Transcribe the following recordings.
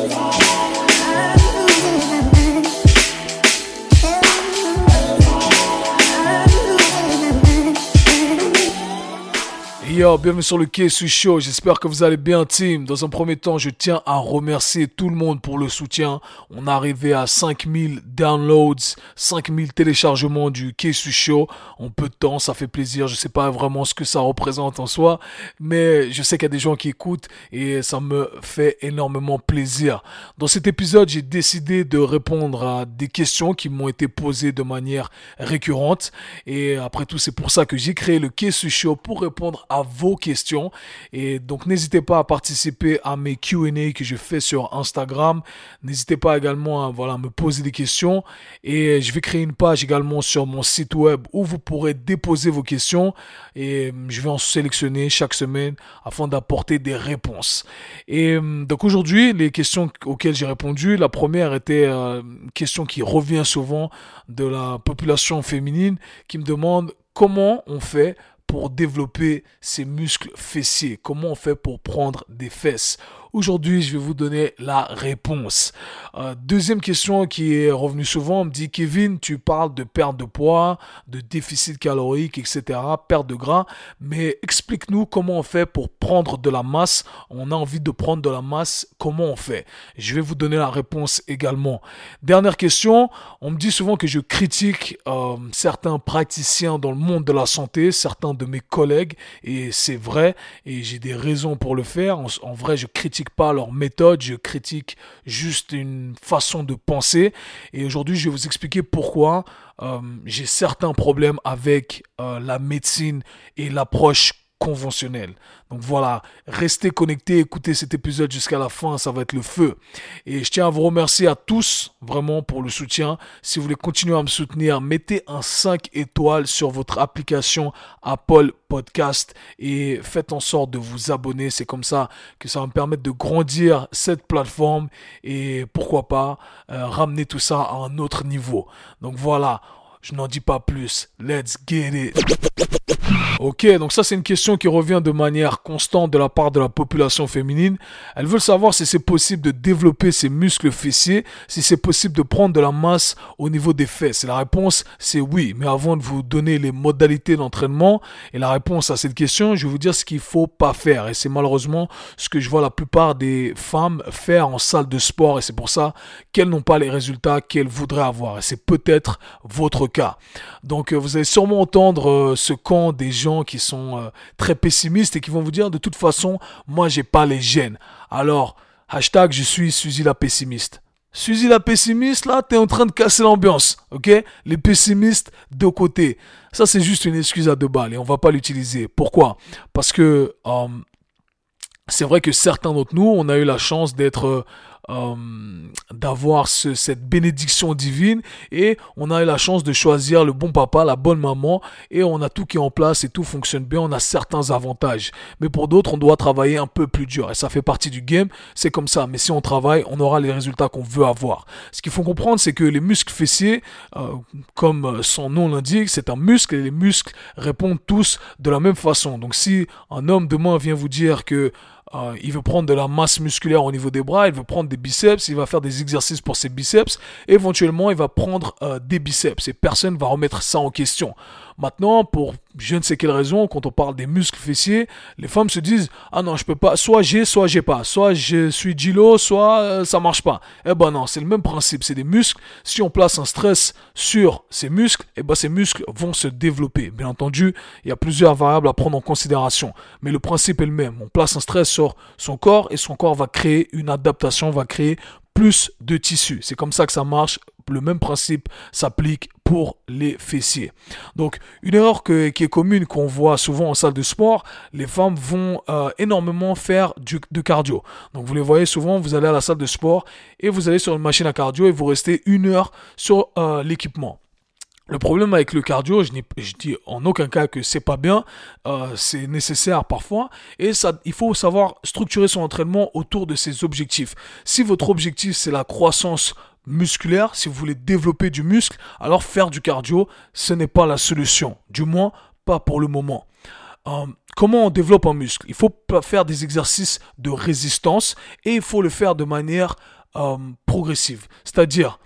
Yo, bienvenue sur le KSU Show, j'espère que vous allez bien team. Dans un premier temps, je tiens à remercier tout le monde pour le soutien. On est arrivé à 5000 downloads, 5000 téléchargements du KSU Show en peu de temps, ça fait plaisir. Je sais pas vraiment ce que ça représente en soi, mais je sais qu'il y a des gens qui écoutent et ça me fait énormément plaisir. Dans cet épisode, j'ai décidé de répondre à des questions qui m'ont été posées de manière récurrente et après tout, c'est pour ça que j'ai créé le KSU Show pour répondre à vos questions. Et donc n'hésitez pas à participer à mes Q&A que je fais sur Instagram. N'hésitez pas également à me poser des questions. Et je vais créer une page également sur mon site web où vous pourrez déposer vos questions. Et je vais en sélectionner chaque semaine afin d'apporter des réponses. Et donc aujourd'hui, les questions auxquelles j'ai répondu, la première était une question qui revient souvent de la population féminine qui me demande comment on fait pour développer ses muscles fessiers. Comment on fait pour prendre des fesses? Aujourd'hui, je vais vous donner la réponse. Deuxième question qui est revenue souvent, on me dit: Kevin, tu parles de perte de poids, de déficit calorique, etc., perte de gras, mais explique-nous comment on fait pour prendre de la masse. On a envie de prendre de la masse, comment on fait? Je vais vous donner la réponse également. Dernière question, on me dit souvent que je critique certains praticiens dans le monde de la santé, certains de mes collègues, et c'est vrai, et j'ai des raisons pour le faire. En vrai, je critique pas leur méthode, je critique juste une façon de penser. Et aujourd'hui, je vais vous expliquer pourquoi j'ai certains problèmes avec la médecine et l'approche conventionnelle. Donc voilà, restez connectés, écoutez cet épisode jusqu'à la fin, ça va être le feu. Et je tiens à vous remercier à tous vraiment pour le soutien. Si vous voulez continuer à me soutenir, mettez un 5 étoiles sur votre application Apple Podcast et faites en sorte de vous abonner. C'est comme ça que ça va me permettre de grandir cette plateforme et pourquoi pas ramener tout ça à un autre niveau. Donc voilà, je n'en dis pas plus. Let's get it. Ok, donc ça c'est une question qui revient de manière constante de la part de la population féminine. Elles veulent savoir si c'est possible de développer ses muscles fessiers, si c'est possible de prendre de la masse au niveau des fesses. Et la réponse c'est oui, mais avant de vous donner les modalités d'entraînement et la réponse à cette question, je vais vous dire ce qu'il faut pas faire. Et c'est malheureusement ce que je vois la plupart des femmes faire en salle de sport et c'est pour ça qu'elles n'ont pas les résultats qu'elles voudraient avoir. Et c'est peut-être votre cas. Donc vous allez sûrement entendre ce camp des gens qui sont très pessimistes et qui vont vous dire de toute façon, moi j'ai pas les gènes. Alors, hashtag je suis Suzy la pessimiste. Suzy la pessimiste, là, t'es en train de casser l'ambiance, ok? Les pessimistes de côté. Ça, c'est juste une excuse à 2 balles et on va pas l'utiliser. Pourquoi? Parce que c'est vrai que certains d'entre nous, on a eu la chance d'être d'avoir cette bénédiction divine et on a eu la chance de choisir le bon papa, la bonne maman et on a tout qui est en place et tout fonctionne bien, on a certains avantages. Mais pour d'autres, on doit travailler un peu plus dur et ça fait partie du game, c'est comme ça. Mais si on travaille, on aura les résultats qu'on veut avoir. Ce qu'il faut comprendre, c'est que les muscles fessiers, comme son nom l'indique, c'est un muscle et les muscles répondent tous de la même façon. Donc si un homme demain vient vous dire que il veut prendre de la masse musculaire au niveau des bras, il veut prendre des biceps, il va faire des exercices pour ses biceps, éventuellement il va prendre des biceps et personne ne va remettre ça en question. Maintenant, pour je ne sais quelle raison, quand on parle des muscles fessiers, les femmes se disent: ah non, je peux pas, soit j'ai pas, soit je suis Gilo, soit ça marche pas. Eh ben non, c'est le même principe, c'est des muscles. Si on place un stress sur ces muscles, eh ben ces muscles vont se développer. Bien entendu, il y a plusieurs variables à prendre en considération, mais le principe est le même. On place un stress sur son corps et son corps va créer une adaptation, va créer plus de tissu. C'est comme ça que ça marche. Le même principe s'applique pour les fessiers. Donc, une erreur qui est commune, qu'on voit souvent en salle de sport, les femmes vont énormément faire de cardio. Donc, vous les voyez souvent, vous allez à la salle de sport et vous allez sur une machine à cardio et vous restez 1 heure sur l'équipement. Le problème avec le cardio, je dis en aucun cas que c'est pas bien, c'est nécessaire parfois, et ça, il faut savoir structurer son entraînement autour de ses objectifs. Si votre objectif c'est la croissance musculaire, si vous voulez développer du muscle, alors faire du cardio, ce n'est pas la solution, du moins pas pour le moment. Comment on développe un muscle? Il faut faire des exercices de résistance et il faut le faire de manière progressive. C'est-à-dire,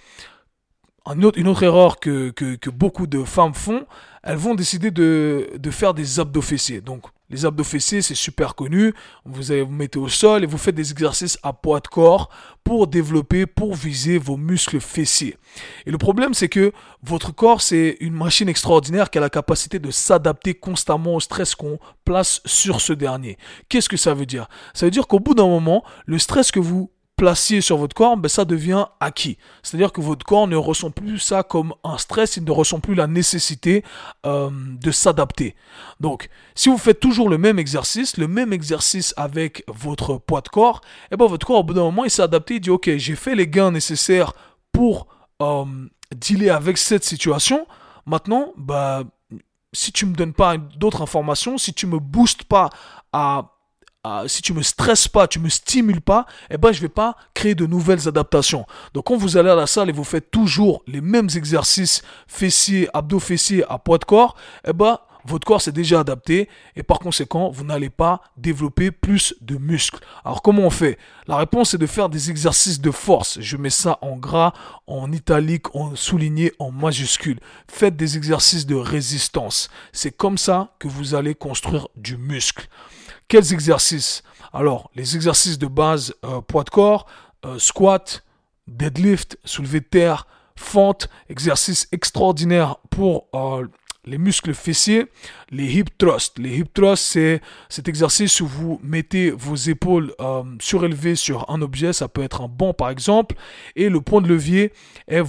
une autre erreur que beaucoup de femmes font, elles vont décider de faire des abdos fessiers. Donc, les abdos fessiers, c'est super connu. Vous mettez au sol et vous faites des exercices à poids de corps pour développer, pour viser vos muscles fessiers. Et le problème, c'est que votre corps, c'est une machine extraordinaire qui a la capacité de s'adapter constamment au stress qu'on place sur ce dernier. Qu'est-ce que ça veut dire? Ça veut dire qu'au bout d'un moment, le stress que vous placiez sur votre corps, ça devient acquis. C'est-à-dire que votre corps ne ressent plus ça comme un stress, il ne ressent plus la nécessité de s'adapter. Donc, si vous faites toujours le même exercice avec votre poids de corps, votre corps, au bout d'un moment, il s'est adapté, il dit, ok, j'ai fait les gains nécessaires pour dealer avec cette situation. Maintenant, si tu me donnes pas d'autres informations, si tu me boostes pas si tu me stresses pas, tu me stimules pas, je vais pas créer de nouvelles adaptations. Donc quand vous allez à la salle et vous faites toujours les mêmes exercices fessiers, abdos fessiers à poids de corps, votre corps s'est déjà adapté et par conséquent, vous n'allez pas développer plus de muscles. Alors comment on fait? La réponse est de faire des exercices de force. Je mets ça en gras, en italique, en souligné, en majuscule. Faites des exercices de résistance. C'est comme ça que vous allez construire du muscle. Quels exercices? Alors, les exercices de base, poids de corps, squat, deadlift, soulevé de terre, fente, exercice extraordinaire pour les muscles fessiers, les hip thrusts. Les hip thrusts, c'est cet exercice où vous mettez vos épaules surélevées sur un objet, ça peut être un banc par exemple, et le point de levier est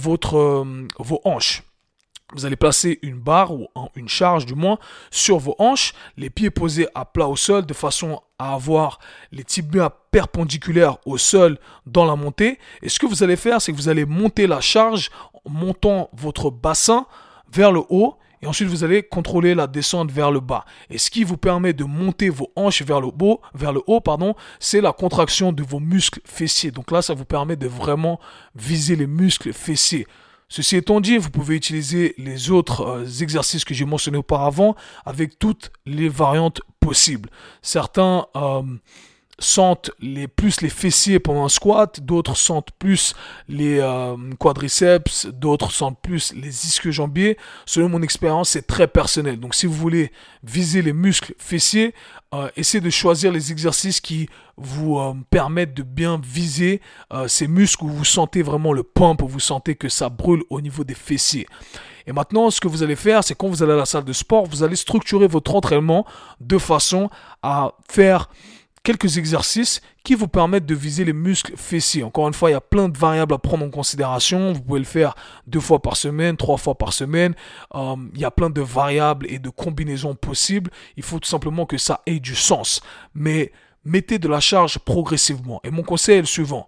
vos hanches. Vous allez placer une barre ou une charge du moins sur vos hanches, les pieds posés à plat au sol de façon à avoir les tibias perpendiculaires au sol dans la montée. Et ce que vous allez faire, c'est que vous allez monter la charge en montant votre bassin vers le haut et ensuite vous allez contrôler la descente vers le bas. Et ce qui vous permet de monter vos hanches vers le haut, c'est la contraction de vos muscles fessiers. Donc là, ça vous permet de vraiment viser les muscles fessiers. Ceci étant dit, vous pouvez utiliser les autres exercices que j'ai mentionnés auparavant avec toutes les variantes possibles. Certains sentent plus les fessiers pendant un squat, d'autres sentent plus les quadriceps, d'autres sentent plus les ischio-jambiers. Selon mon expérience, c'est très personnel. Donc si vous voulez viser les muscles fessiers, essayez de choisir les exercices qui vous permettent de bien viser ces muscles où vous sentez vraiment le pump, où vous sentez que ça brûle au niveau des fessiers. Et maintenant, ce que vous allez faire, c'est quand vous allez à la salle de sport, vous allez structurer votre entraînement de façon à faire quelques exercices qui vous permettent de viser les muscles fessiers. Encore une fois, il y a plein de variables à prendre en considération. Vous pouvez le faire 2 fois par semaine, 3 fois par semaine. Il y a plein de variables et de combinaisons possibles. Il faut tout simplement que ça ait du sens. Mais mettez de la charge progressivement. Et mon conseil est le suivant.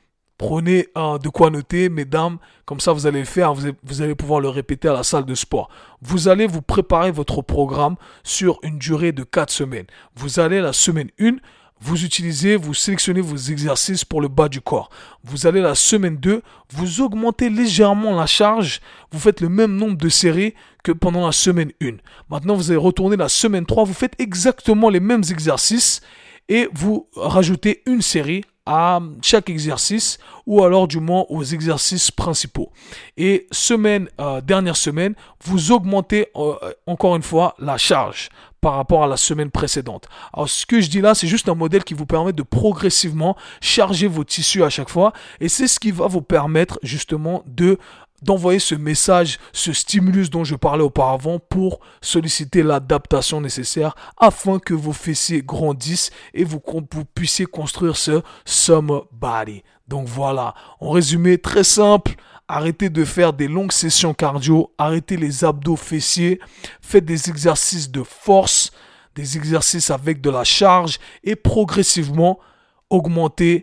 Prenez de quoi noter, mesdames, comme ça vous allez le faire, vous allez pouvoir le répéter à la salle de sport. Vous allez vous préparer votre programme sur une durée de 4 semaines. Vous allez la semaine 1, vous sélectionnez vos exercices pour le bas du corps. Vous allez la semaine 2, vous augmentez légèrement la charge, vous faites le même nombre de séries que pendant la semaine 1. Maintenant, vous allez retourner la semaine 3, vous faites exactement les mêmes exercices et vous rajoutez une série à chaque exercice ou alors du moins aux exercices principaux. Et dernière semaine, vous augmentez encore une fois la charge par rapport à la semaine précédente. Alors ce que je dis là, c'est juste un modèle qui vous permet de progressivement charger vos tissus à chaque fois et c'est ce qui va vous permettre justement d'envoyer ce message, ce stimulus dont je parlais auparavant pour solliciter l'adaptation nécessaire afin que vos fessiers grandissent et vous puissiez construire ce summer body. Donc voilà, en résumé très simple, arrêtez de faire des longues sessions cardio, arrêtez les abdos fessiers, faites des exercices de force, des exercices avec de la charge et progressivement augmentez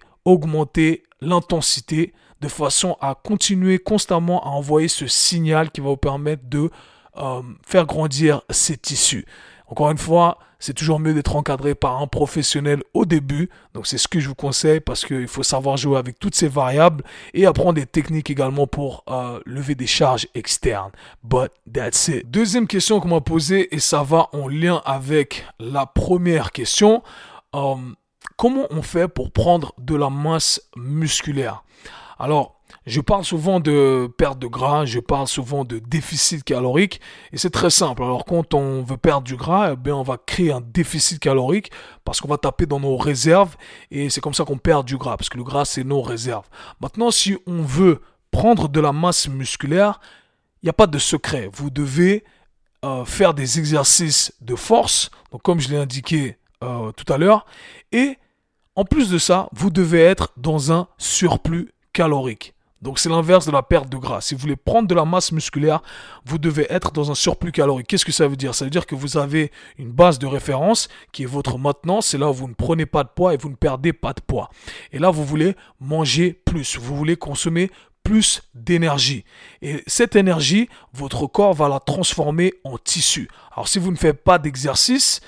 l'intensité de façon à continuer constamment à envoyer ce signal qui va vous permettre de faire grandir ces tissus. Encore une fois, c'est toujours mieux d'être encadré par un professionnel au début. Donc c'est ce que je vous conseille parce qu'il faut savoir jouer avec toutes ces variables et apprendre des techniques également pour lever des charges externes. But that's it. Deuxième question qu'on m'a posée et ça va en lien avec la première question. comment on fait pour prendre de la masse musculaire? Alors, je parle souvent de perte de gras, je parle souvent de déficit calorique, et c'est très simple. Alors, quand on veut perdre du gras, eh bien, on va créer un déficit calorique parce qu'on va taper dans nos réserves, et c'est comme ça qu'on perd du gras, parce que le gras, c'est nos réserves. Maintenant, si on veut prendre de la masse musculaire, il n'y a pas de secret. Vous devez faire des exercices de force, donc comme je l'ai indiqué tout à l'heure, et en plus de ça, vous devez être dans un surplus calorique. Donc c'est l'inverse de la perte de gras. Si vous voulez prendre de la masse musculaire, vous devez être dans un surplus calorique. Qu'est-ce que ça veut dire? Ça veut dire que vous avez une base de référence qui est votre maintenance. C'est là où vous ne prenez pas de poids et vous ne perdez pas de poids. Et là, vous voulez manger plus. Vous voulez consommer plus d'énergie. Et cette énergie, votre corps va la transformer en tissu. Alors si vous ne faites pas d'exercice,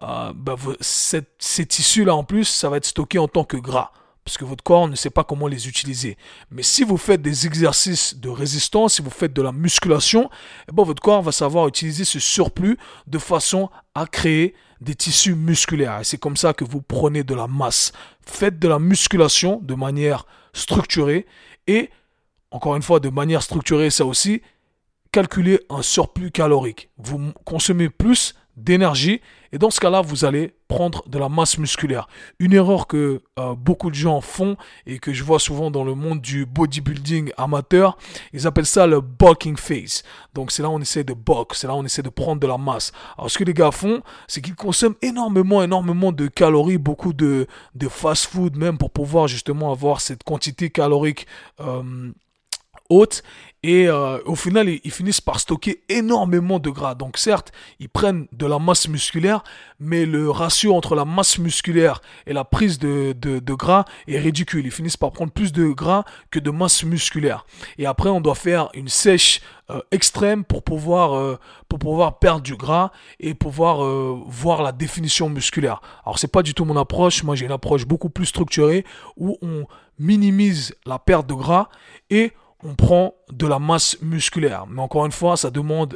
ces tissus-là en plus, ça va être stocké en tant que gras. Parce que votre corps ne sait pas comment les utiliser. Mais si vous faites des exercices de résistance, si vous faites de la musculation, votre corps va savoir utiliser ce surplus de façon à créer des tissus musculaires. Et c'est comme ça que vous prenez de la masse. Faites de la musculation de manière structurée et, encore une fois, de manière structurée, ça aussi, calculez un surplus calorique. Vous consommez plus d'énergie et dans ce cas-là, vous allez prendre de la masse musculaire. Une erreur que beaucoup de gens font et que je vois souvent dans le monde du bodybuilding amateur, ils appellent ça le bulking phase. Donc c'est là où on essaie de bulk, c'est là où on essaie de prendre de la masse. Alors ce que les gars font, c'est qu'ils consomment énormément de calories, beaucoup de fast-food même pour pouvoir justement avoir cette quantité calorique haute et au final ils finissent par stocker énormément de gras. Donc certes ils prennent de la masse musculaire, mais le ratio entre la masse musculaire et la prise de gras est ridicule. Ils finissent par prendre plus de gras que de masse musculaire et après on doit faire une sèche extrême pour pouvoir perdre du gras et pouvoir voir la définition musculaire. Alors c'est pas du tout mon approche. Moi j'ai une approche beaucoup plus structurée où on minimise la perte de gras et on prend de la masse musculaire. Mais encore une fois, ça demande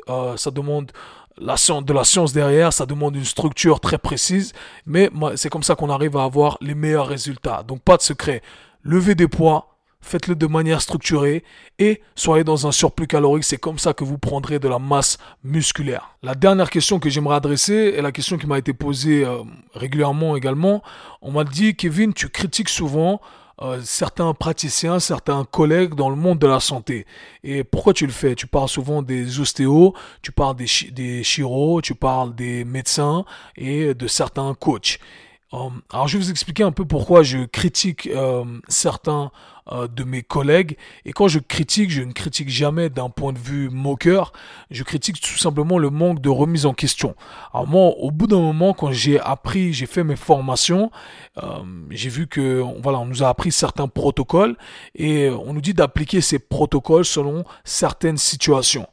de la science derrière, ça demande une structure très précise, mais c'est comme ça qu'on arrive à avoir les meilleurs résultats. Donc pas de secret, levez des poids, faites-le de manière structurée et soyez dans un surplus calorique, c'est comme ça que vous prendrez de la masse musculaire. La dernière question que j'aimerais adresser est la question qui m'a été posée régulièrement également. On m'a dit, Kevin, tu critiques souvent certains praticiens, certains collègues dans le monde de la santé. Et pourquoi tu le fais? Tu parles souvent des ostéos, tu parles des chiro, tu parles des médecins et de certains coachs. Alors je vais vous expliquer un peu pourquoi je critique certains de mes collègues. Et quand je ne critique jamais d'un point de vue moqueur, je critique tout simplement le manque de remise en question. Alors moi, au bout d'un moment, quand j'ai fait mes formations, j'ai vu que on nous a appris certains protocoles et on nous dit d'appliquer ces protocoles selon certaines situations.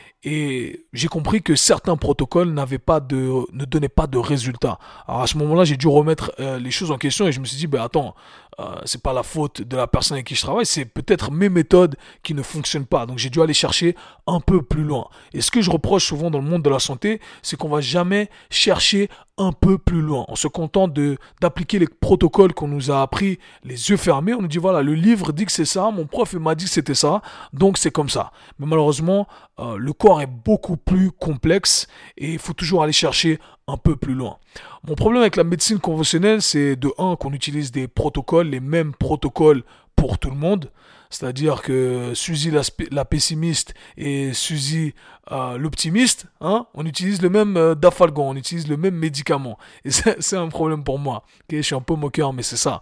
Et j'ai compris que certains protocoles ne donnaient pas de résultats. Alors à ce moment-là, j'ai dû remettre les choses en question et je me suis dit, attends, c'est pas la faute de la personne avec qui je travaille, c'est peut-être mes méthodes qui ne fonctionnent pas. Donc j'ai dû aller chercher un peu plus loin. Et ce que je reproche souvent dans le monde de la santé, c'est qu'on va jamais chercher un peu plus loin. On se contente d'appliquer les protocoles qu'on nous a appris les yeux fermés. On nous dit voilà, le livre dit que c'est ça, mon prof m'a dit que c'était ça, donc c'est comme ça. Mais malheureusement, le corps est beaucoup plus complexe et il faut toujours aller chercher un peu plus loin. Mon problème avec la médecine conventionnelle, c'est de un qu'on utilise des protocoles, les mêmes protocoles pour tout le monde. C'est-à-dire que Suzy la pessimiste et Suzy l'optimiste, on utilise le même dafalgan, on utilise le même médicament. Et c'est un problème pour moi. Okay, je suis un peu moqueur, mais c'est ça.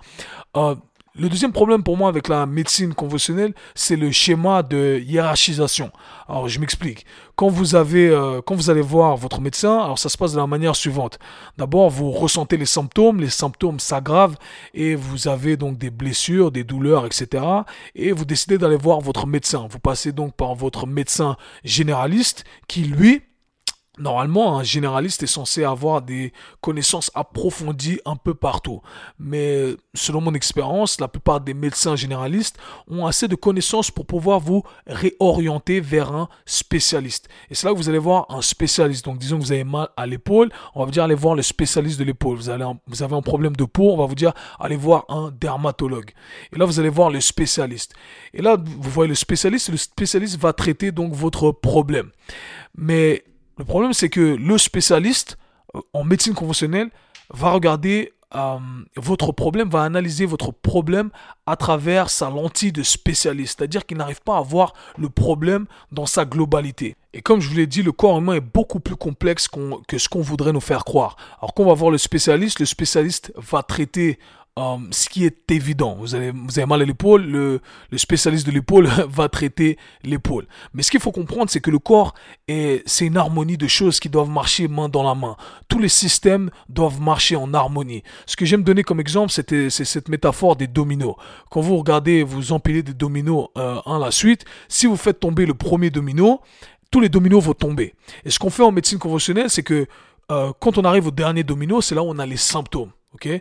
Le deuxième problème pour moi avec la médecine conventionnelle, c'est le schéma de hiérarchisation. Alors je m'explique. Quand vous allez voir votre médecin, alors ça se passe de la manière suivante. D'abord, vous ressentez les symptômes s'aggravent et vous avez donc des blessures, des douleurs, etc. Et vous décidez d'aller voir votre médecin. Vous passez donc par votre médecin généraliste qui, lui, Normalement, un généraliste est censé avoir des connaissances approfondies un peu partout. Mais selon mon expérience, la plupart des médecins généralistes ont assez de connaissances pour pouvoir vous réorienter vers un spécialiste. Et c'est là que vous allez voir un spécialiste. Donc disons que vous avez mal à l'épaule, on va vous dire allez voir le spécialiste de l'épaule. Vous avez un problème de peau, on va vous dire allez voir un dermatologue. Et là, vous allez voir le spécialiste. Et là, vous voyez le spécialiste va traiter donc votre problème. Mais le problème, c'est que le spécialiste en médecine conventionnelle va regarder votre problème, va analyser votre problème à travers sa lentille de spécialiste. C'est-à-dire qu'il n'arrive pas à voir le problème dans sa globalité. Et comme je vous l'ai dit, le corps humain est beaucoup plus complexe que ce qu'on voudrait nous faire croire. Alors quand on va voir le spécialiste va traiter ce qui est évident. Vous avez mal à l'épaule, le spécialiste de l'épaule va traiter l'épaule. Mais ce qu'il faut comprendre, c'est que le corps, c'est une harmonie de choses qui doivent marcher main dans la main. Tous les systèmes doivent marcher en harmonie. Ce que j'aime donner comme exemple, c'est cette métaphore des dominos. Quand vous regardez, vous empilez des dominos un à la suite, si vous faites tomber le premier domino, tous les dominos vont tomber. Et ce qu'on fait en médecine conventionnelle, c'est que quand on arrive au dernier domino, c'est là où on a les symptômes. Okay,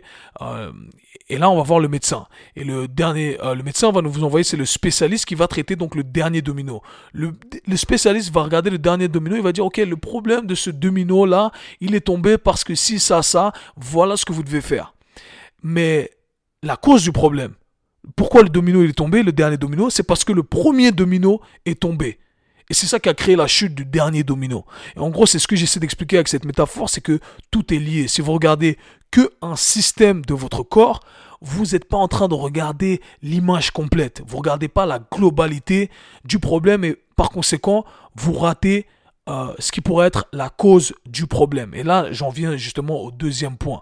et là, on va voir le médecin. Et le médecin va vous envoyer, c'est le spécialiste qui va traiter donc le dernier domino. Le spécialiste va regarder le dernier domino, il va dire, ok, le problème de ce domino-là, il est tombé parce que si, ça, voilà ce que vous devez faire. Mais la cause du problème, pourquoi le domino il est tombé, le dernier domino, c'est parce que le premier domino est tombé. Et c'est ça qui a créé la chute du dernier domino. Et en gros, c'est ce que j'essaie d'expliquer avec cette métaphore, c'est que tout est lié. Si vous regardez que un système de votre corps, vous n'êtes pas en train de regarder l'image complète. Vous ne regardez pas la globalité du problème et par conséquent, vous ratez ce qui pourrait être la cause du problème. Et là, j'en viens justement au deuxième point.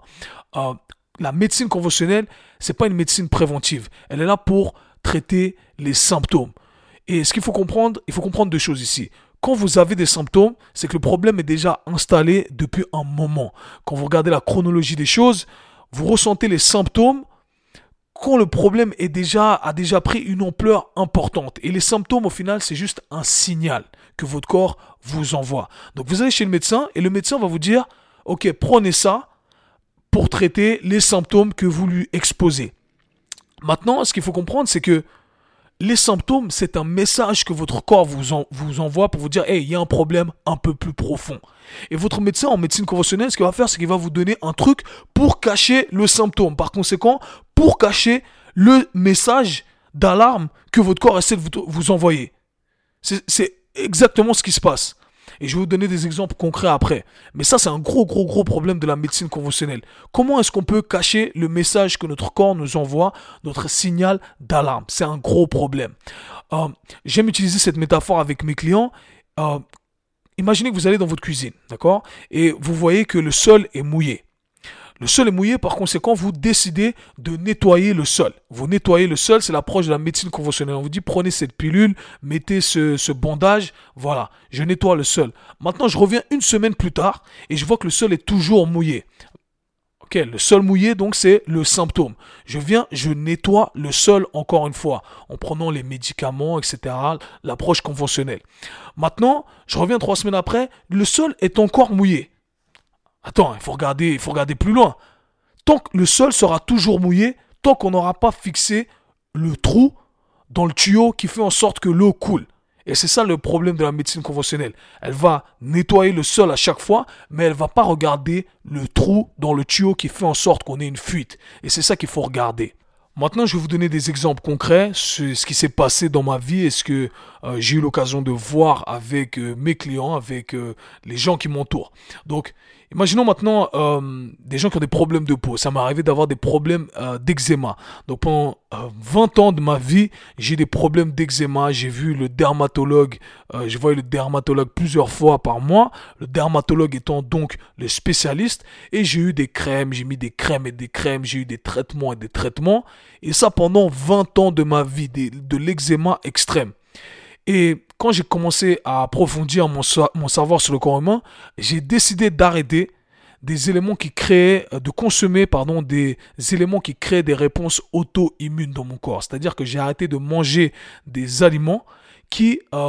La médecine conventionnelle, c'est pas une médecine préventive. Elle est là pour traiter les symptômes. Et ce qu'il faut comprendre, il faut comprendre deux choses ici. Quand vous avez des symptômes, c'est que le problème est déjà installé depuis un moment. Quand vous regardez la chronologie des choses, vous ressentez les symptômes quand le problème a déjà pris une ampleur importante. Et les symptômes, au final, c'est juste un signal que votre corps vous envoie. Donc vous allez chez le médecin et le médecin va vous dire, ok, prenez ça pour traiter les symptômes que vous lui exposez. Maintenant, ce qu'il faut comprendre, c'est que les symptômes, c'est un message que votre corps vous envoie pour vous dire « Hey, il y a un problème un peu plus profond ». Et votre médecin en médecine conventionnelle, ce qu'il va faire, c'est qu'il va vous donner un truc pour cacher le symptôme. Par conséquent, pour cacher le message d'alarme que votre corps essaie de vous envoyer. C'est exactement ce qui se passe. Et je vais vous donner des exemples concrets après. Mais ça, c'est un gros problème de la médecine conventionnelle. Comment est-ce qu'on peut cacher le message que notre corps nous envoie, notre signal d'alarme? C'est un gros problème. J'aime utiliser cette métaphore avec mes clients. Imaginez que vous allez dans votre cuisine, d'accord? Et vous voyez que le sol est mouillé. Le sol est mouillé, par conséquent, vous décidez de nettoyer le sol. Vous nettoyez le sol, c'est l'approche de la médecine conventionnelle. On vous dit, prenez cette pilule, mettez ce bandage, voilà, je nettoie le sol. Maintenant, je reviens une semaine plus tard et je vois que le sol est toujours mouillé. Ok, le sol mouillé, donc c'est le symptôme. Je nettoie le sol encore une fois, en prenant les médicaments, etc., l'approche conventionnelle. Maintenant, je reviens 3 semaines après, le sol est encore mouillé. Attends, il faut regarder plus loin. Tant que le sol sera toujours mouillé, tant qu'on n'aura pas fixé le trou dans le tuyau qui fait en sorte que l'eau coule. Et c'est ça le problème de la médecine conventionnelle. Elle va nettoyer le sol à chaque fois, mais elle ne va pas regarder le trou dans le tuyau qui fait en sorte qu'on ait une fuite. Et c'est ça qu'il faut regarder. Maintenant, je vais vous donner des exemples concrets sur ce qui s'est passé dans ma vie et ce que j'ai eu l'occasion de voir avec mes clients, avec les gens qui m'entourent. Donc, imaginons maintenant des gens qui ont des problèmes de peau. Ça m'est arrivé d'avoir des problèmes d'eczéma. Donc, pendant 20 ans de ma vie, j'ai des problèmes d'eczéma. J'ai vu le dermatologue, je voyais le dermatologue plusieurs fois par mois. Le dermatologue étant donc le spécialiste. Et j'ai eu des crèmes, j'ai mis des crèmes et des crèmes. J'ai eu des traitements et des traitements. Et ça pendant 20 ans de ma vie, de l'eczéma extrême. Et quand j'ai commencé à approfondir mon savoir sur le corps humain, j'ai décidé d'arrêter des éléments qui créaient, de consommer, des éléments qui créent des réponses auto-immunes dans mon corps. C'est-à-dire que j'ai arrêté de manger des aliments qui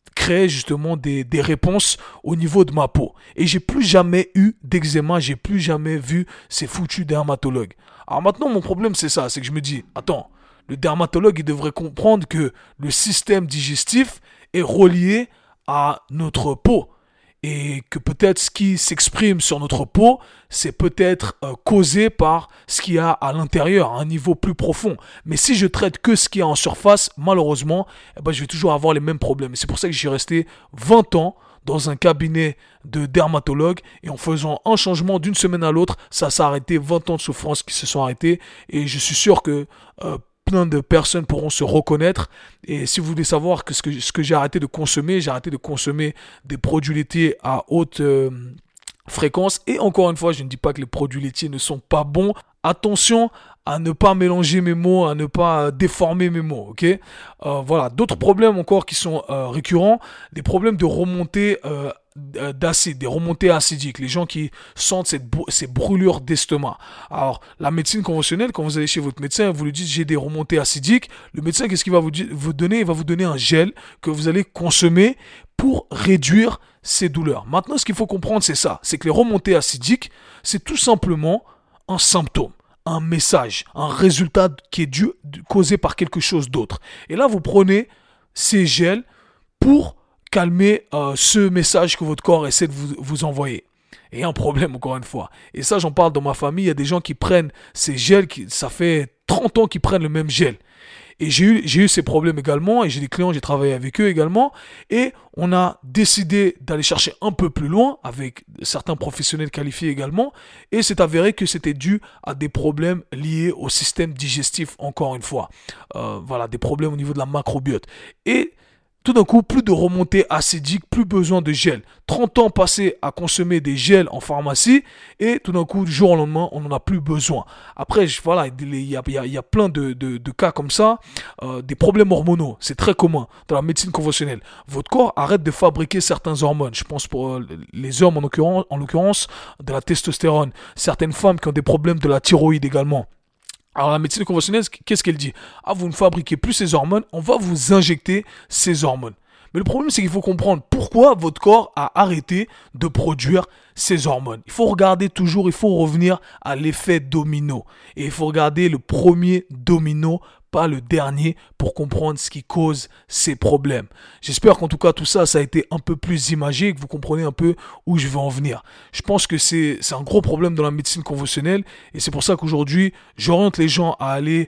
créer justement des réponses au niveau de ma peau. Et j'ai plus jamais eu d'eczéma, j'ai plus jamais vu ces foutus dermatologues. Alors maintenant, mon problème, c'est ça, c'est que je me dis, attends, le dermatologue, il devrait comprendre que le système digestif est relié à notre peau. Et que peut-être ce qui s'exprime sur notre peau, c'est peut-être causé par ce qu'il y a à l'intérieur, à un niveau plus profond. Mais si je traite que ce qu'il y a en surface, malheureusement, je vais toujours avoir les mêmes problèmes. Et c'est pour ça que j'ai resté 20 ans dans un cabinet de dermatologue et en faisant un changement d'une semaine à l'autre, ça s'est arrêté, 20 ans de souffrance qui se sont arrêtés. Et je suis sûr que plein de personnes pourront se reconnaître. Et si vous voulez savoir que ce que j'ai arrêté de consommer, j'ai arrêté de consommer des produits laitiers à haute fréquence. Et encore une fois, je ne dis pas que les produits laitiers ne sont pas bons. Attention à ne pas mélanger mes mots, à ne pas déformer mes mots, ok. Voilà, d'autres problèmes encore qui sont récurrents, des problèmes de remontée d'acide, des remontées acidiques, les gens qui sentent ces brûlures d'estomac. Alors, la médecine conventionnelle, quand vous allez chez votre médecin, vous lui dites j'ai des remontées acidiques, le médecin, qu'est-ce qu'il va vous donner? Il va vous donner un gel que vous allez consommer pour réduire ces douleurs. Maintenant, ce qu'il faut comprendre, c'est ça, c'est que les remontées acidiques, c'est tout simplement un symptôme, un message, un résultat qui est causé par quelque chose d'autre. Et là, vous prenez ces gels pour calmer ce message que votre corps essaie de vous envoyer. Et il y a un problème, encore une fois. Et ça, j'en parle dans ma famille. Il y a des gens qui prennent ces gels, ça fait 30 ans qu'ils prennent le même gel. Et j'ai eu ces problèmes également, et j'ai des clients, j'ai travaillé avec eux également, et on a décidé d'aller chercher un peu plus loin, avec certains professionnels qualifiés également, et c'est avéré que c'était dû à des problèmes liés au système digestif, encore une fois. Voilà, des problèmes au niveau de la macrobiote. Et tout d'un coup, plus de remontée acidique, plus besoin de gel. 30 ans passés à consommer des gels en pharmacie et tout d'un coup, du jour au lendemain, on n'en a plus besoin. Après, voilà, il y a plein de cas comme ça. Des problèmes hormonaux, c'est très commun dans la médecine conventionnelle. Votre corps arrête de fabriquer certaines hormones. Je pense pour les hommes en l'occurrence, de la testostérone. Certaines femmes qui ont des problèmes de la thyroïde également. Alors la médecine conventionnelle, qu'est-ce qu'elle dit? Ah, vous ne fabriquez plus ces hormones, on va vous injecter ces hormones. Mais le problème, c'est qu'il faut comprendre pourquoi votre corps a arrêté de produire ces hormones. Il faut regarder toujours, il faut revenir à l'effet domino. Et il faut regarder le premier domino, pas le dernier, pour comprendre ce qui cause ces problèmes. J'espère qu'en tout cas, tout ça, ça a été un peu plus imagé et que vous comprenez un peu où je veux en venir. Je pense que c'est un gros problème dans la médecine conventionnelle et c'est pour ça qu'aujourd'hui, j'oriente les gens à aller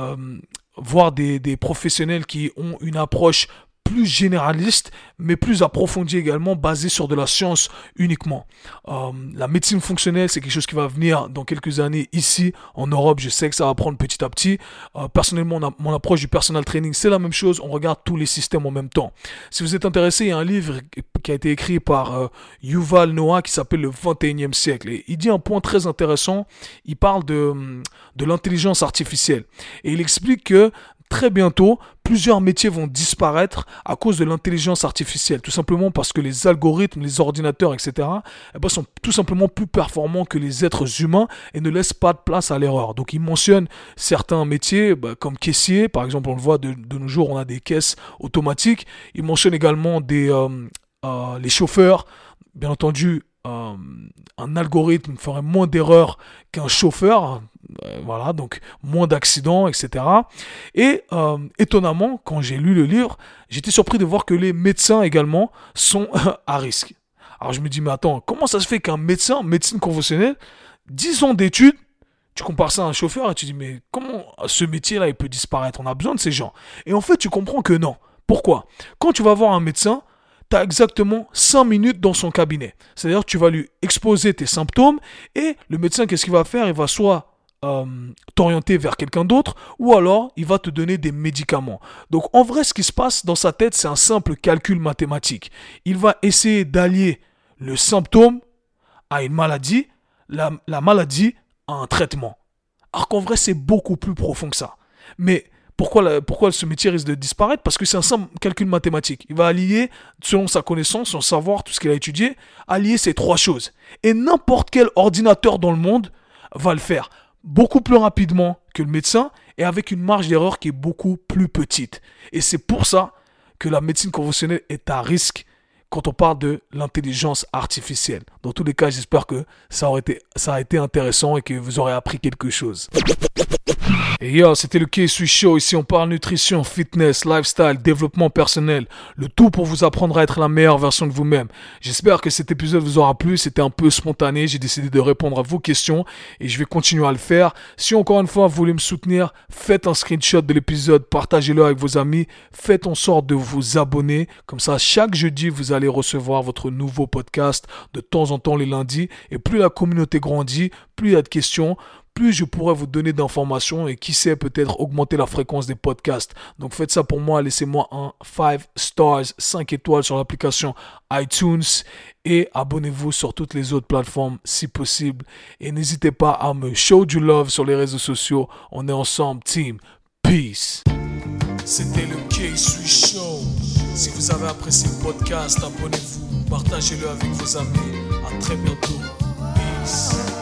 voir des professionnels qui ont une approche plus généraliste, mais plus approfondie également, basée sur de la science uniquement. La médecine fonctionnelle, c'est quelque chose qui va venir dans quelques années ici, en Europe. Je sais que ça va prendre petit à petit. Personnellement, mon approche du personal training, c'est la même chose. On regarde tous les systèmes en même temps. Si vous êtes intéressé, il y a un livre qui a été écrit par Yuval Noah qui s'appelle Le 21e siècle. Et il dit un point très intéressant. Il parle de l'intelligence artificielle. Et il explique que très bientôt, plusieurs métiers vont disparaître à cause de l'intelligence artificielle. Tout simplement parce que les algorithmes, les ordinateurs, etc. sont tout simplement plus performants que les êtres humains et ne laissent pas de place à l'erreur. Donc il mentionne certains métiers comme caissier. Par exemple, on le voit de nos jours, on a des caisses automatiques. Il mentionne également les chauffeurs. Bien entendu, un algorithme ferait moins d'erreurs qu'un chauffeur, voilà, donc moins d'accidents, etc. Et étonnamment, quand j'ai lu le livre, j'étais surpris de voir que les médecins également sont à risque. Alors je me dis, mais attends, comment ça se fait qu'un médecin, médecine conventionnelle, 10 ans d'études, tu compares ça à un chauffeur et tu dis, mais comment ce métier-là, il peut disparaître? On a besoin de ces gens. Et en fait, tu comprends que non. Pourquoi? Quand tu vas voir un médecin, tu as exactement 5 minutes dans son cabinet. C'est-à-dire que tu vas lui exposer tes symptômes et le médecin, qu'est-ce qu'il va faire? Il va soit t'orienter vers quelqu'un d'autre ou alors il va te donner des médicaments. Donc en vrai, ce qui se passe dans sa tête, c'est un simple calcul mathématique. Il va essayer d'allier le symptôme à une maladie, la maladie à un traitement. Alors qu'en vrai, c'est beaucoup plus profond que ça. Mais pourquoi ce métier risque de disparaître? Parce que c'est un simple calcul mathématique. Il va allier, selon sa connaissance, son savoir, tout ce qu'il a étudié, allier ces trois choses. Et n'importe quel ordinateur dans le monde va le faire beaucoup plus rapidement que le médecin et avec une marge d'erreur qui est beaucoup plus petite. Et c'est pour ça que la médecine conventionnelle est à risque quand on parle de l'intelligence artificielle. Dans tous les cas, j'espère que ça a été intéressant et que vous aurez appris quelque chose. Et yo, c'était le K-Sui Show. Ici, on parle nutrition, fitness, lifestyle, développement personnel. Le tout pour vous apprendre à être la meilleure version de vous-même. J'espère que cet épisode vous aura plu. C'était un peu spontané. J'ai décidé de répondre à vos questions et je vais continuer à le faire. Si encore une fois, vous voulez me soutenir, faites un screenshot de l'épisode, partagez-le avec vos amis. Faites en sorte de vous abonner. Comme ça, chaque jeudi, vous allez recevoir votre nouveau podcast de temps en temps les lundis. Et plus la communauté grandit, plus il y a de questions, plus je pourrais vous donner d'informations et qui sait peut-être augmenter la fréquence des podcasts. Donc faites ça pour moi, laissez-moi un 5 stars, 5 étoiles sur l'application iTunes et abonnez-vous sur toutes les autres plateformes si possible. Et n'hésitez pas à me show du love sur les réseaux sociaux. On est ensemble, team. Peace. C'était le K-Sui Show. Si vous avez apprécié le podcast, abonnez-vous, partagez-le avec vos amis. À très bientôt. Peace.